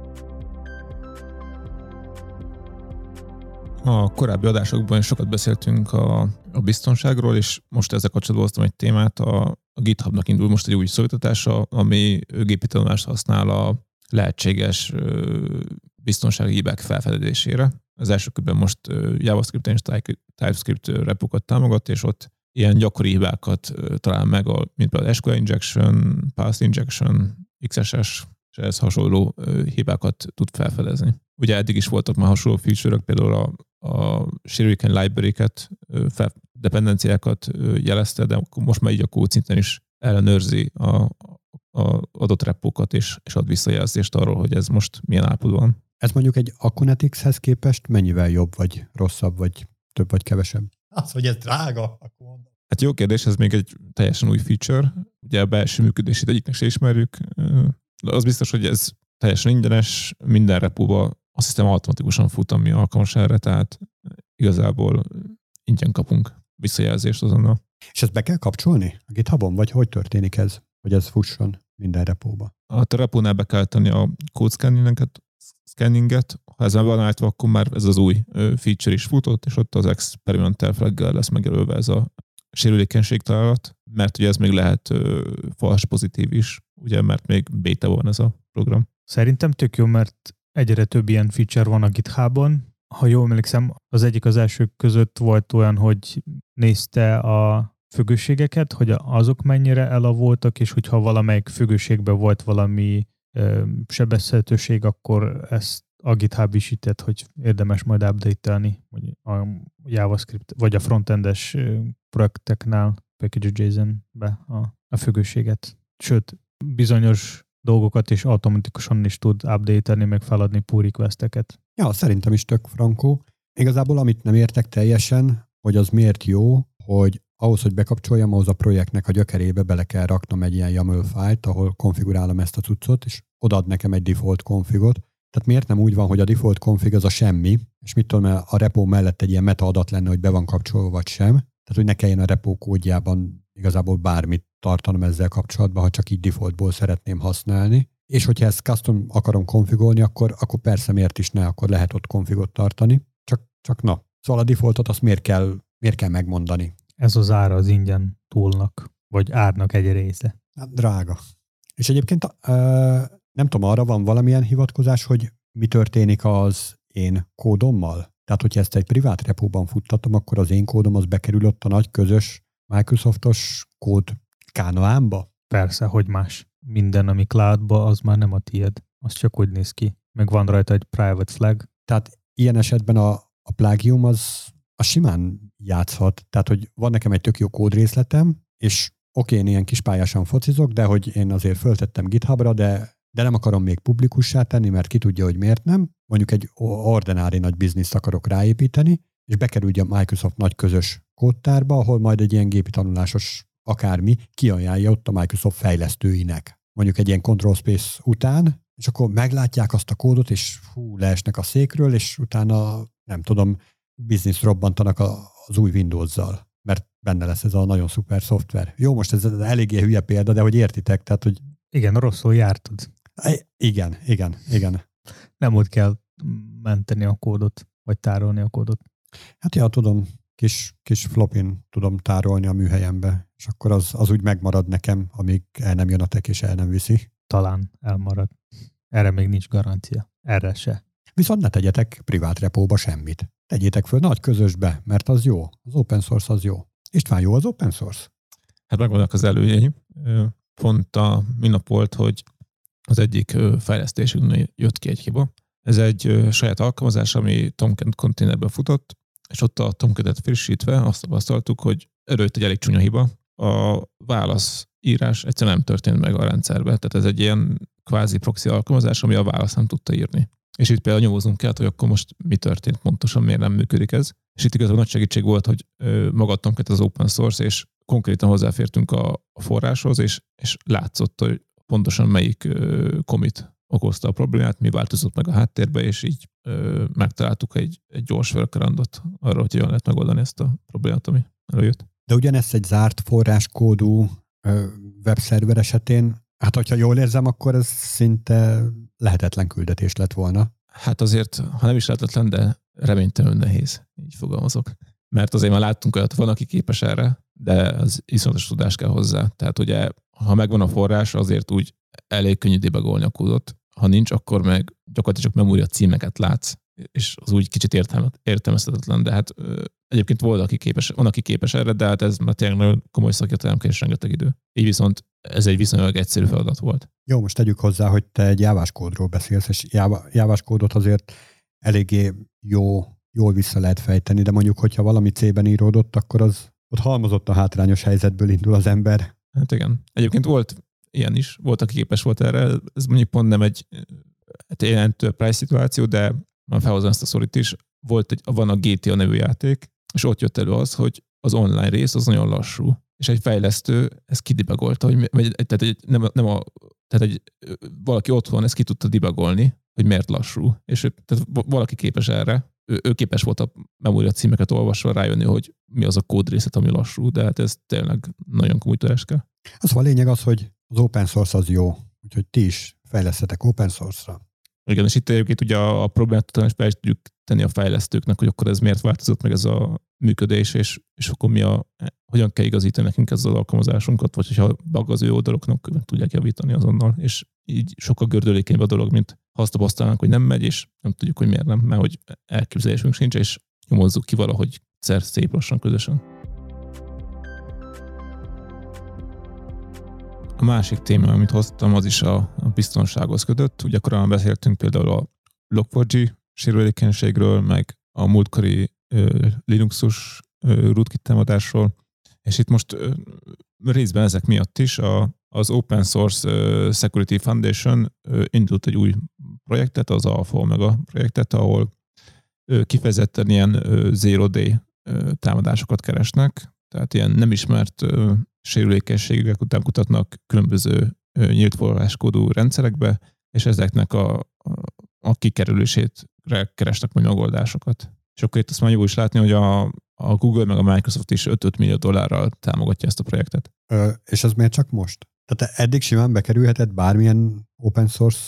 A korábbi adásokban sokat beszéltünk a, a biztonságról, és most ezzel kapcsolatban hoztam egy témát. A, a GitHubnak indul most egy új szolgáltatása, ami gépi tanulást használ a lehetséges ö, biztonsági hibák felfedezésére. Az első körben most ö, JavaScript és TypeScript repokat támogat, és ott ilyen gyakori hibákat ö, talál meg, a, mint például es kú el injection, path injection, iksz es es, és ehhez hasonló ö, hibákat tud felfedezni. Ugye eddig is voltak már hasonló feature-ök, például a, a sérülékeny library-ket, dependenciákat jelezte, de most már így a kód szinten is ellenőrzi a, a adott repókat, és, és ad visszajelzést arról, hogy ez most milyen állapotban van. Ez mondjuk egy Akunetixhez képest mennyivel jobb, vagy rosszabb, vagy több, vagy kevesebb? Az, hogy ez drága, akkor mondom. Hát jó kérdés, ez még egy teljesen új feature. Ugye a belső működését egyiknek se ismerjük. Az biztos, hogy ez teljesen ingyenes, minden repóba azt hiszem automatikusan fut, ami alkalmas erre, tehát igazából ingyen kapunk visszajelzést azonnal. És ezt be kell kapcsolni a GitHubon, vagy hogy történik ez, hogy ez fusson minden repóba? A repónál be kell tenni a code scanninget, scanninget, ha ez van állítva, akkor már ez az új feature is futott, és ott az experimental flaggel lesz megjelölve ez a sérülékenység találat, mert ugye ez még lehet false pozitív is, ugye, mert még beta van ez a program. Szerintem tök jó, mert egyre több ilyen feature van a GitHubon. Ha jól emlékszem, az egyik az elsők között volt olyan, hogy nézte a függőségeket, hogy azok mennyire elavultak, és hogyha valamelyik függőségben volt valami ö, sebezhetőség, akkor ezt a GitHub is itt, hogy érdemes majd update-elni, vagy a JavaScript, vagy a frontendes projekteknál package.json-be a, a függőséget. Sőt, bizonyos dolgokat is automatikusan is tud update-elni, meg feladni pull request-eket. Ja, szerintem is tök frankó. Igazából amit nem értek teljesen, hogy az miért jó, hogy ahhoz, hogy bekapcsoljam, ahhoz a projektnek a gyökerébe bele kell raknom egy ilyen YAML fájlt, ahol konfigurálom ezt a cuccot, és odaad nekem egy default configot. Tehát miért nem úgy van, hogy a default config az a semmi, és mit tudom, a repo mellett egy ilyen meta adat lenne, hogy be van kapcsolva vagy sem. Tehát, hogy ne kelljen a repo kódjában igazából bármit tartanom ezzel kapcsolatban, ha csak így defaultból szeretném használni. És hogyha ezt custom akarom konfigolni, akkor, akkor persze miért is ne, akkor lehet ott konfigot tartani. Csak, csak na. Szóval a defaultot azt miért kell, miért kell megmondani? Ez az ára az ingyen toolnak, vagy árnak egy része. Hát drága. És egyébként nem tudom, arra van valamilyen hivatkozás, hogy mi történik az én kódommal? Tehát, hogyha ezt egy privát repóban futtatom, akkor az én kódom az bekerül ott a nagy közös Microsoftos kód kánoánba? Persze, hogy más. Minden, ami cloudba, az már nem a tiéd. Az csak úgy néz ki. Meg van rajta egy private flag. Tehát ilyen esetben a, a plagium az a simán játszhat. Tehát, hogy van nekem egy tök jó kódrészletem, és oké, én ilyen kispályásan focizok, de hogy én azért föltettem GitHubra, de, de nem akarom még publikussá tenni, mert ki tudja, hogy miért nem. Mondjuk egy ordinári nagy bizniszt akarok ráépíteni, és bekerülj a Microsoft nagy közös kódtárba, ahol majd egy ilyen gépi tanulásos akármi kiajánlja ott a Microsoft fejlesztőinek. Mondjuk egy ilyen control space után, és akkor meglátják azt a kódot, és hú, leesnek a székről, és utána, nem tudom, bizniszt robbantanak az új Windows-zal, mert benne lesz ez a nagyon szuper szoftver. Jó, most ez eléggé hülye példa, de hogy értitek, tehát, hogy... Igen, rosszul jártad. Igen, igen, igen. Nem úgy kell menteni a kódot, vagy tárolni a kódot. Hát ja, tudom, kis, kis flopin tudom tárolni a műhelyembe, és akkor az, az úgy megmarad nekem, amíg el nem jön a tek, és el nem viszi. Talán elmarad. Erre még nincs garancia. Erre se. Viszont ne tegyetek privát repóba semmit. Tegyétek föl nagy közösbe, mert az jó. Az open source az jó. István, jó az open source? Hát megvannak az előnyeim. Pont a minap volt, hogy az egyik fejlesztésünknél jött ki egy hiba. Ez egy saját alkalmazás, ami Tomcat konténerben futott, és ott a Tomcatet frissítve azt tapasztaltuk, hogy előtt egy elég csúnya hiba. A válaszírás egyszerűen nem történt meg a rendszerbe. Tehát ez egy ilyen kvázi proxy alkalmazás, ami a választ nem tudta írni. És itt például nyomozunk kell, hogy akkor most mi történt pontosan, miért nem működik ez. És itt igazából nagy segítség volt, hogy maga a Tomcat az open source, és konkrétan hozzáfértünk a forráshoz, és, és látszott, hogy pontosan melyik commit okozta a problémát, mi változott meg a háttérbe, és így ö, megtaláltuk egy, egy gyors workaroundot arra, hogy hogyan lehet megoldani ezt a problémát, ami előjött. De ugyanezt egy zárt forráskódú ö, webszerver esetén, hát hogyha jól érzem, akkor ez szinte lehetetlen küldetés lett volna. Hát azért, ha nem is lehetetlen, de reménytelenül nehéz, így fogalmazok. Mert azért már láttunk olyat, van, aki képes erre, de az iszonyatos tudás kell hozzá. Tehát ugye, ha megvan a forrás, azért úgy elég könnyű debugolni a kódot. Ha nincs, akkor meg gyakorlatilag csak memória címeket látsz, és az úgy kicsit értelmezhetetlen, de hát ö, egyébként volt, aki képes, van, aki képes erre, de hát ez már tényleg nagyon komoly szakértelem és rengeteg idő. Így viszont ez egy viszonylag egyszerű feladat volt. Jó, most tegyük hozzá, hogy te egy jávás kódról beszélsz, és jávás kódot azért eléggé jó, jól vissza lehet fejteni, de mondjuk, hogyha valami C-ben íródott, akkor az ott halmozott a hátrányos helyzetből indul az ember. Hát igen. Egyébként volt ilyen is, volt, aki képes volt erre. Ez mondjuk pont nem egy hát jelentő price szituáció, de már felhozom ezt a szorít is. Volt egy, van a gé té á nevű játék, és ott jött elő az, hogy az online rész az nagyon lassú. És egy fejlesztő ezt kidebugolta, hogy vagy, tehát, egy, nem, nem a, tehát egy, valaki otthon ezt ki tudta debugolni, hogy miért lassú. És tehát valaki képes erre. Ő, ő képes volt a memória címeket olvasva rájönni, hogy mi az a kódrészlet, ami lassú, de hát ez tényleg nagyon komoly tudás kell. Az a lényeg az, hogy az open source az jó, úgyhogy ti is fejlesztetek open source-ra. Igen, és itt egyébként ugye a, a problémát talán is be is tudjuk tenni a fejlesztőknek, hogy akkor ez miért változott meg ez a működés, és, és akkor mi a, hogyan kell igazítani nekünk ezzel az alkalmazásunkat, vagy hogyha bug az ő oldaloknak, meg tudják javítani azonnal, és így sokkal gördülékenyebb a dolog, mint ha azt tapasztalnánk, hogy nem megy, és nem tudjuk, hogy miért nem, mert hogy elképzelésünk sincs, és nyomozzuk ki valahogy szer szép lassan közösen. A másik téma, amit hoztam, az is a, a biztonsághoz kötött. Ugye korábban beszéltünk például a log four j sérülékenységről, meg a múltkori uh, Linuxos uh, rootkit támadásról, és itt most uh, részben ezek miatt is a, az Open Source uh, Security Foundation uh, indult egy új projektet, az Alpha Omega projektet, ahol uh, kifejezetten ilyen uh, zero day uh, támadásokat keresnek, tehát ilyen nem ismert uh, sérülékenységek után kutatnak különböző uh, nyílt forráskódú rendszerekbe, és ezeknek a, a, a kikerülését keresnek majd megoldásokat. És akkor itt azt már jó is látni, hogy a, a Google meg a Microsoft is öt millió dollárral támogatja ezt a projektet. Ö, és ez miért csak most? Tehát eddig simán bekerülhetett bármilyen open source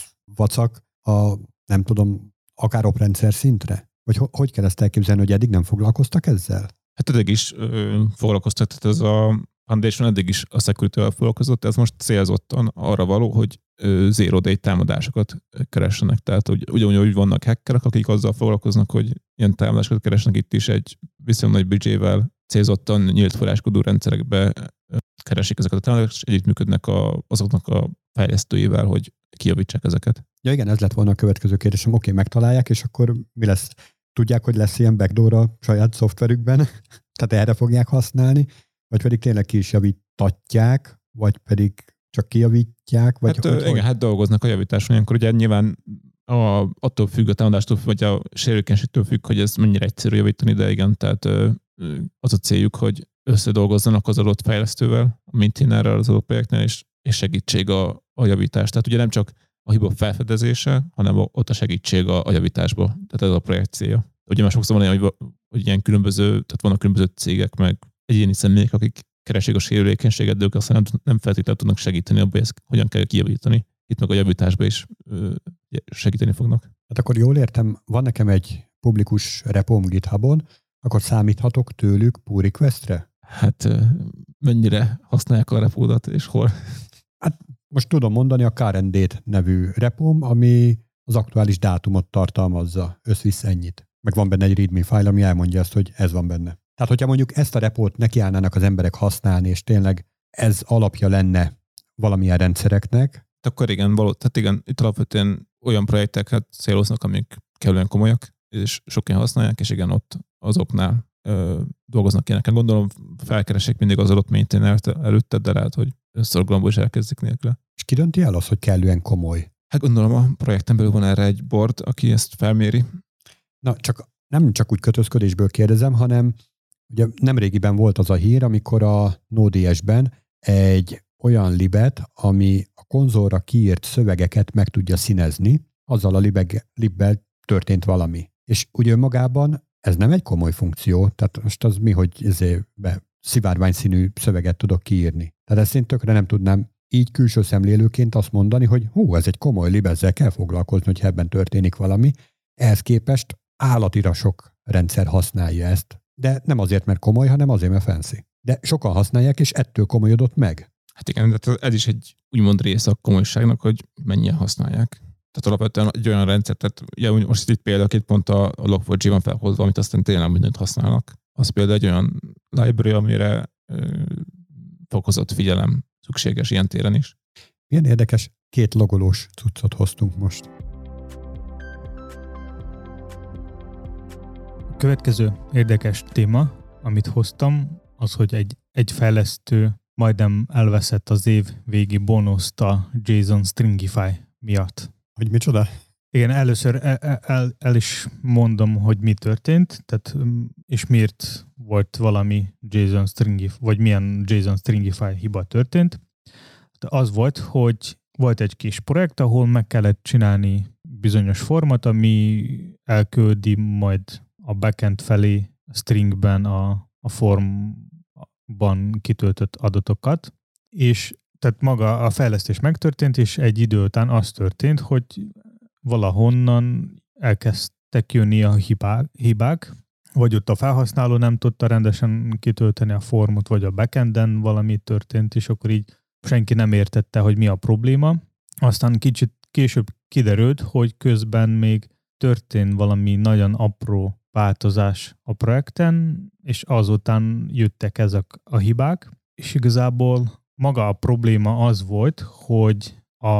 vacak a, nem tudom, akár oprendszer szintre? Vagy ho- hogy kell ezt elképzelni, hogy eddig nem foglalkoztak ezzel? Hát eddig is ö, foglalkoztak, tehát ez a Foundation eddig is a security-vel foglalkozott, ez most célzottan arra való, hogy ö, zero day támadásokat keressenek. Tehát hogy ugyanúgy vannak hackerek, akik azzal foglalkoznak, hogy ilyen támadásokat keresnek, itt is egy viszonylag nagy büdzsével célzottan nyílt forráskodó rendszerekbe keresik ezeket a támadásokat, és együttműködnek a, azoknak a fejlesztőivel, hogy kijavítsák ezeket. Ja igen, ez lett volna a következő kérdésem. Oké, megtalálják, és akkor mi lesz? Tudják, hogy lesz ilyen backdoor a saját szoftverükben? Tehát erre fogják használni? Vagy pedig tényleg ki is javítatják, vagy pedig csak kijavítják? Vagy hát hogy, igen, hogy? hát dolgoznak a javításon. Ilyenkor ugye nyilván a, attól függ, a támadástól függ, vagy a sérülékenységtől függ, hogy ez mennyire egyszerű javítani, de igen, tehát az a céljuk, hogy összedolgozzanak az adott fejlesztővel, a maintainer-rel az adott projektnél, és, és segítség a, a javítás. Tehát ugye nem csak a hiba felfedezése, hanem a, ott a segítség a, a javításba. Tehát ez a projekt célja. Ugye már sokszor van olyan, hogy, hogy ilyen különböző, tehát vannak különböző cégek, meg egyéni személyek, akik keresik a sérülékenységet, de ők aztán nem, nem feltétlenül tudnak segíteni abban, hogy ezt hogyan kell kijavítani. Itt meg a javításba is ö, segíteni fognak. Hát akkor jól értem, van nekem egy publikus repóm GitHubon, akkor számíthatok tőlük pull requestre? Hát mennyire használják a repódat, és hol? Hát most tudom mondani a current date nevű repóm, ami az aktuális dátumot tartalmazza, összvisz ennyit. Meg van benne egy readme file, ami elmondja azt, hogy ez van benne. Tehát, hogyha mondjuk ezt a repót nekiállnának az emberek használni, és tényleg ez alapja lenne valamilyen rendszereknek. Akkor igen, való, tehát igen, itt alapvetően olyan projekteket céloznak, amik kellően komolyak, és sokan használják, és igen, ott azoknál ö, dolgoznak ilyeneken. Gondolom felkeresik mindig az adott maintainert előtte, de lehet, hogy szorgalomból is elkezdik nélküle. És ki dönti el az, hogy kellően komoly? Hát gondolom a projekten belül van erre egy board, aki ezt felméri. Na, csak nem csak úgy kötözködésből kérdezem, hanem ugye nemrégiben volt az a hír, amikor a Node.js-ben egy olyan libet, ami a konzolra kiírt szövegeket meg tudja színezni, azzal a libeg, libbel történt valami. És ugye önmagában ez nem egy komoly funkció, tehát most az mi, hogy ezért be szivárványszínű szöveget tudok kiírni. Tehát ezt én tökre nem tudnám így külső szemlélőként azt mondani, hogy hú, ez egy komoly lib, ezzel kell foglalkozni, hogy ebben történik valami. Ehhez képest állatira sok rendszer használja ezt. De nem azért, mert komoly, hanem azért, mert fancy. De sokan használják, és ettől komolyodott meg. Hát igen, de ez is egy úgymond része a komolyságnak, hogy mennyien használják. Tehát alapvetően egy olyan rendszer, tehát ugye most itt példaként pont a log four j van felhozva, amit aztán tényleg mindent használnak. Az például egy olyan library, amire ö, fokozott figyelem szükséges ilyen téren is. Milyen érdekes, két logolós cuccot hoztunk most. A következő érdekes téma, amit hoztam, az, hogy egy, egy fejlesztő majdnem elveszett az év végi bónuszt a JSON Stringify miatt. Hogy micsoda? Igen, először el, el, el is mondom, hogy mi történt, tehát, és miért volt valami JSON Stringify, vagy milyen JSON Stringify hiba történt. De az volt, hogy volt egy kis projekt, ahol meg kellett csinálni bizonyos format, ami elküldi majd a backend felé stringben a, a formban kitöltött adatokat, és tehát maga a fejlesztés megtörtént, és egy idő után az történt, hogy valahonnan elkezdtek jönni a hibák, hibák, vagy ott a felhasználó nem tudta rendesen kitölteni a formot, vagy a backenden valami történt, és akkor így senki nem értette, hogy mi a probléma. Aztán kicsit később kiderült, hogy közben még történt valami nagyon apró változás a projekten, és azután jöttek ezek a hibák, és igazából maga a probléma az volt, hogy a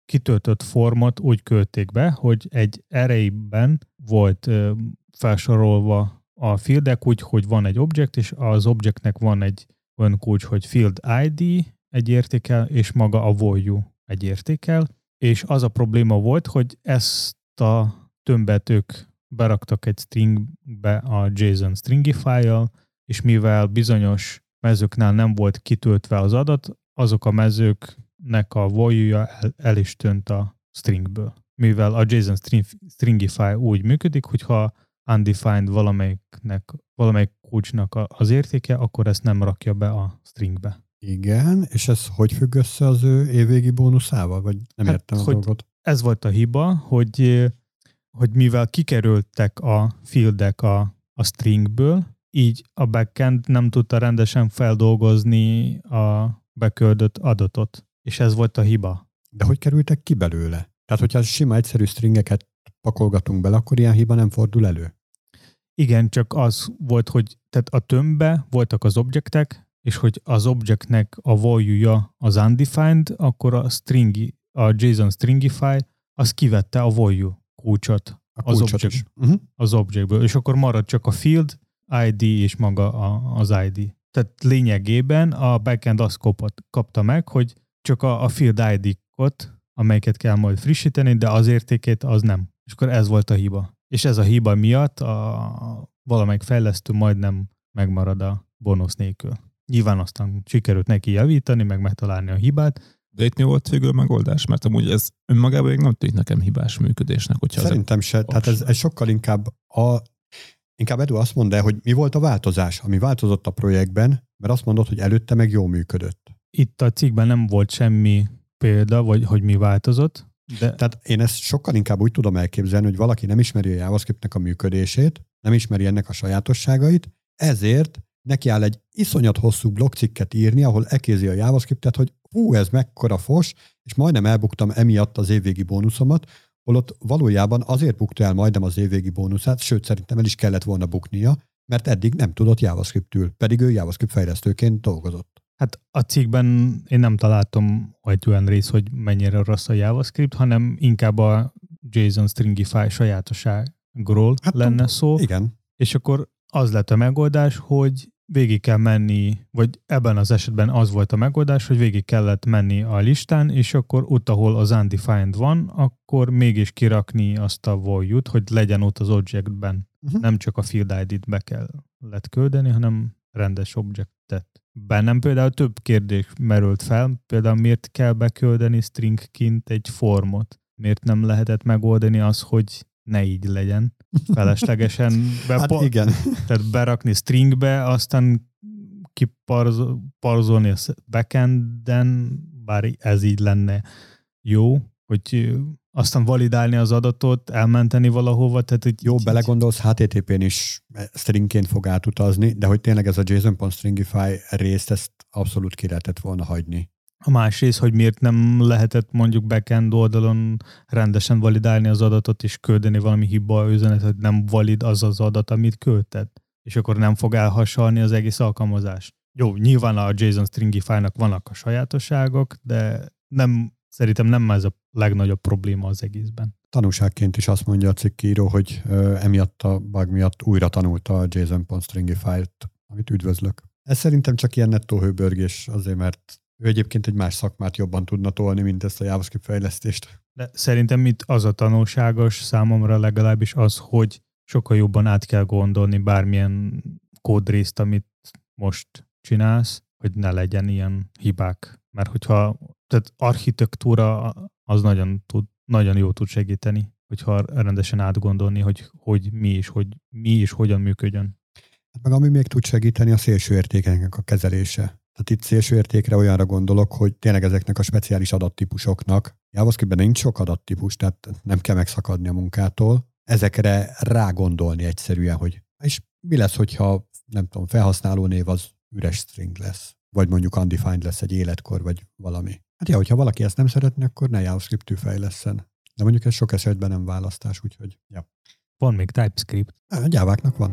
kitöltött formot úgy küldték be, hogy egy arrayben volt ö, felsorolva a fieldek úgy, hogy van egy object, és az objectnek van egy olyan kulcs, hogy field i dé egy értékel, és maga a value egy értékel, és az a probléma volt, hogy ezt a tömbet ők beraktak egy stringbe a JSON stringify-jal, és mivel bizonyos mezőknál nem volt kitöltve az adat, azok a mezőknek a value-ja el, el is tűnt a stringből. Mivel a JSON string, stringify úgy működik, hogyha undefined valamelyiknek, valamelyik kulcsnak az értéke, akkor ezt nem rakja be a stringbe. Igen, és ez hogy függ össze az ő évvégi bónuszával? Vagy nem hát, értem a dolgot? Ez volt a hiba, hogy, hogy mivel kikerültek a fieldek a, a stringből, így a backend nem tudta rendesen feldolgozni a beküldött adatot. És ez volt a hiba. De hogy kerültek ki belőle? Tehát, hogyha sima egyszerű stringeket pakolgatunk bele, akkor ilyen hiba nem fordul elő? Igen, csak az volt, hogy tehát a tömbbe voltak az objektek, és hogy az objectnek a value-ja az undefined, akkor a stringi, a JSON stringify, az kivette a value kulcsot, a az, kulcsot object, uh-huh. az objectből, és akkor marad csak a field, i dé és maga a, az i dé. Tehát lényegében a backend azt kapott, kapta meg, hogy csak a, a field i dé-kot, amelyiket kell majd frissíteni, de az értékét az nem. És akkor ez volt a hiba. És ez a hiba miatt a valamelyik fejlesztő majdnem megmarad a bónusz nélkül. Nyilván aztán sikerült neki javítani, meg megtalálni a hibát. De itt mi volt végül a megoldás? Mert amúgy ez önmagában még nem tűnik nekem hibás működésnek. Szerintem se. Tehát ez, ez sokkal inkább a... Inkább Edu azt mondd el, hogy mi volt a változás, ami változott a projektben, mert azt mondod, hogy előtte meg jól működött. Itt a cikkben nem volt semmi példa, vagy hogy mi változott. De... Tehát én ezt sokkal inkább úgy tudom elképzelni, hogy valaki nem ismeri a JavaScriptnek a működését, nem ismeri ennek a sajátosságait, ezért neki áll egy iszonyat hosszú blokkcikket írni, ahol ekézi a JavaScriptet, hogy hú, ez mekkora fos, és majdnem elbuktam emiatt az évvégi bónuszomat, holott valójában azért bukta el majdnem az évvégi bónuszát, sőt szerintem el is kellett volna buknia, mert eddig nem tudott JavaScriptül, pedig ő JavaScript fejlesztőként dolgozott. Hát a cikkben én nem találtam egy olyan rész, hogy mennyire rossz a JavaScript, hanem inkább a JSON stringify sajátosságról hát, lenne szó. Igen. És akkor az lett a megoldás, hogy végig kell menni, vagy ebben az esetben az volt a megoldás, hogy végig kellett menni a listán, és akkor ott, ahol az undefined van, akkor mégis kirakni azt a value-t, hogy legyen ott az objectben. Uh-huh. Nem csak a field i dé-t be kellett küldeni, hanem rendes objectet. Bennem például több kérdés merült fel, például miért kell beküldeni stringként egy formot? Miért nem lehetett megoldani az, hogy ne így legyen? Feleslegesen bepa- hát igen. Tehát berakni stringbe, aztán kiparzolni a backenden, bár ez így lenne jó, hogy aztán validálni az adatot, elmenteni valahova. Tehát így, jó, így, belegondolsz, há té té pén is stringként fog átutazni, de hogy tényleg ez a JSON.stringify részt, ezt abszolút ki lehetett volna hagyni. A másrészt, hogy miért nem lehetett mondjuk backend oldalon rendesen validálni az adatot, és küldeni valami hiba üzenet, hogy nem valid az az adat, amit küldted. És akkor nem fog elhasalni az egész alkalmazás. Jó, nyilván a JSON stringify-nak vannak a sajátosságok, de nem, szerintem nem ez a legnagyobb probléma az egészben. Tanúságként is azt mondja a cikkíró, hogy ö, emiatt a bug miatt újra tanulta a JSON.stringify-t, amit üdvözlök. Ez szerintem csak ilyen nettó hőbörgés azért, mert ő egyébként egy más szakmát jobban tudna tolni, mint ezt a JavaScript fejlesztést. De szerintem itt az a tanulságos számomra legalábbis az, hogy sokkal jobban át kell gondolni bármilyen kódrészt, amit most csinálsz, hogy ne legyen ilyen hibák. Mert hogyha, tehát architektúra az nagyon, tud, nagyon jó tud segíteni, hogyha rendesen átgondolni, hogy, hogy mi is, hogy mi is hogyan működjön. Hát meg ami még tud segíteni, a szélső értékeknek a kezelése. Tehát itt szélső értékre olyanra gondolok, hogy tényleg ezeknek a speciális adattípusoknak, JavaScriptben nincs sok adattípus, tehát nem kell megszakadni a munkától. Ezekre rágondolni egyszerűen, hogy és mi lesz, hogyha nem tudom, felhasználó név az üres string lesz, vagy mondjuk undefined lesz egy életkor, vagy valami. Hát ja, hogyha valaki ezt nem szeretne, akkor ne JavaScript-ű fejlesszen. De mondjuk ez sok esetben nem választás, úgyhogy ja. Van még TypeScript. A Jáváknak van.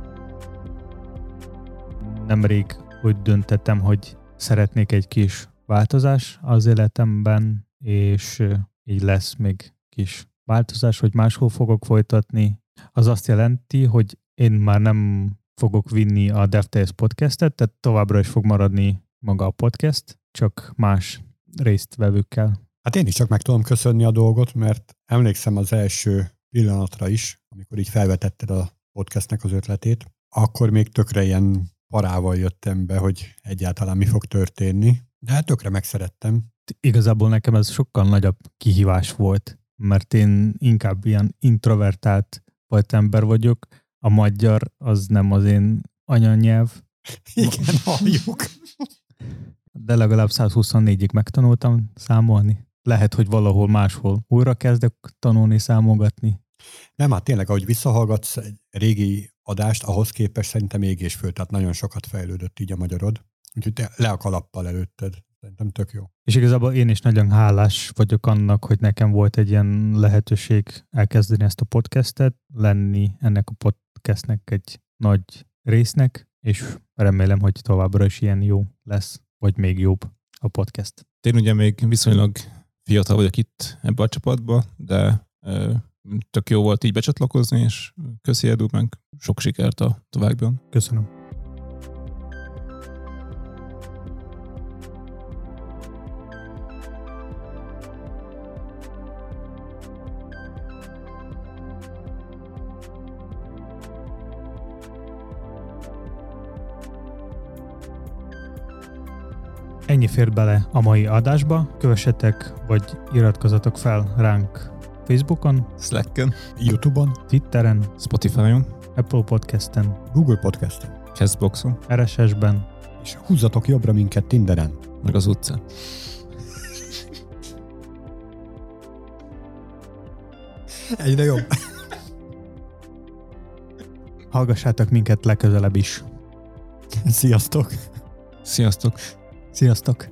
Nemrég úgy döntettem, hogy szeretnék egy kis változás az életemben, és így lesz még kis változás, hogy máshol fogok folytatni. Az azt jelenti, hogy én már nem fogok vinni a DevTales podcastet, tehát továbbra is fog maradni maga a podcast, csak más résztvevőkkel. Hát én is csak meg tudom köszönni a dolgot, mert emlékszem az első pillanatra is, amikor így felvetetted a podcastnek az ötletét, akkor még tökre ilyen parával jöttem be, hogy egyáltalán mi fog történni. De hát tökre megszerettem. Igazából nekem ez sokkal nagyobb kihívás volt, mert én inkább ilyen introvertált volt ember vagyok. A magyar az nem az én anyanyelv. Igen, halljuk. De legalább száz huszonnégyig megtanultam számolni. Lehet, hogy valahol máshol újra kezdek tanulni, számolgatni. Nem, hát tényleg, ahogy visszahallgatsz egy régi adást, ahhoz képest szerintem ég és föl, tehát nagyon sokat fejlődött így a magyarod. Úgyhogy te le a kalappal előtted. Szerintem tök jó. És igazából én is nagyon hálás vagyok annak, hogy nekem volt egy ilyen lehetőség elkezdeni ezt a podcastet, lenni ennek a podcastnek egy nagy résznek, és remélem, hogy továbbra is ilyen jó lesz, vagy még jobb a podcast. Én ugye még viszonylag fiatal vagyok itt ebbe a csapatba, de ö, tök jó volt így becsatlakozni, és köszi Edu, meg sok sikert a továbbiakban. Köszönöm. Ennyi fér bele a mai adásba. Kövessetek, vagy iratkozzatok fel ránk Facebookon, Slacken, YouTube-on, Twitteren, Spotify-on, Apple Podcasten, Google Podcasten, Castboxon, er es es-ben. és húzzatok jobbra minket Tinderen. meg az utcán. Egyre jobb. Hallgassátok minket legközelebb is. Sziasztok! Sziasztok! Sziasztok!